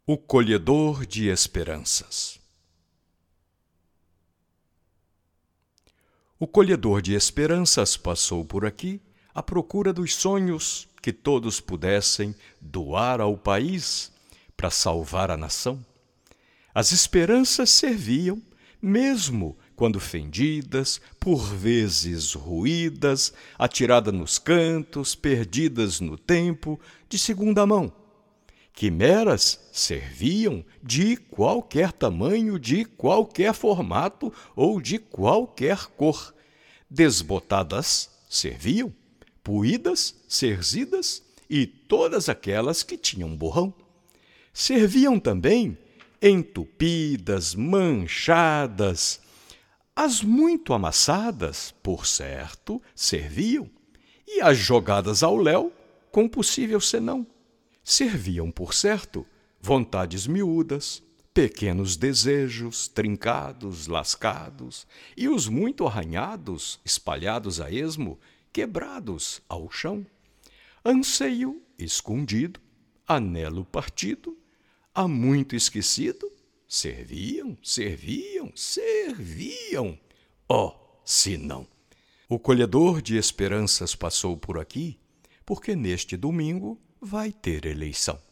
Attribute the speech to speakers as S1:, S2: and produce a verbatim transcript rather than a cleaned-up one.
S1: O colhedor de esperanças. O colhedor de esperanças passou por aqui à procura dos sonhos que todos pudessem doar ao país para salvar a nação. As esperanças serviam, mesmo quando fendidas, por vezes ruídas, atiradas nos cantos, perdidas no tempo, de segunda mão. Quimeras serviam de qualquer tamanho, de qualquer formato ou de qualquer cor. Desbotadas serviam, puídas, cerzidas e todas aquelas que tinham borrão. Serviam também entupidas, manchadas. As muito amassadas, por certo, serviam, e as jogadas ao léu, com possível senão. Serviam, por certo, vontades miúdas, pequenos desejos, trincados, lascados, e os muito arranhados, espalhados a esmo, quebrados ao chão. Anseio escondido, anelo partido, há muito esquecido, serviam, serviam, serviam. Oh, se não! O colhedor de esperanças passou por aqui, porque neste domingo vai ter eleição.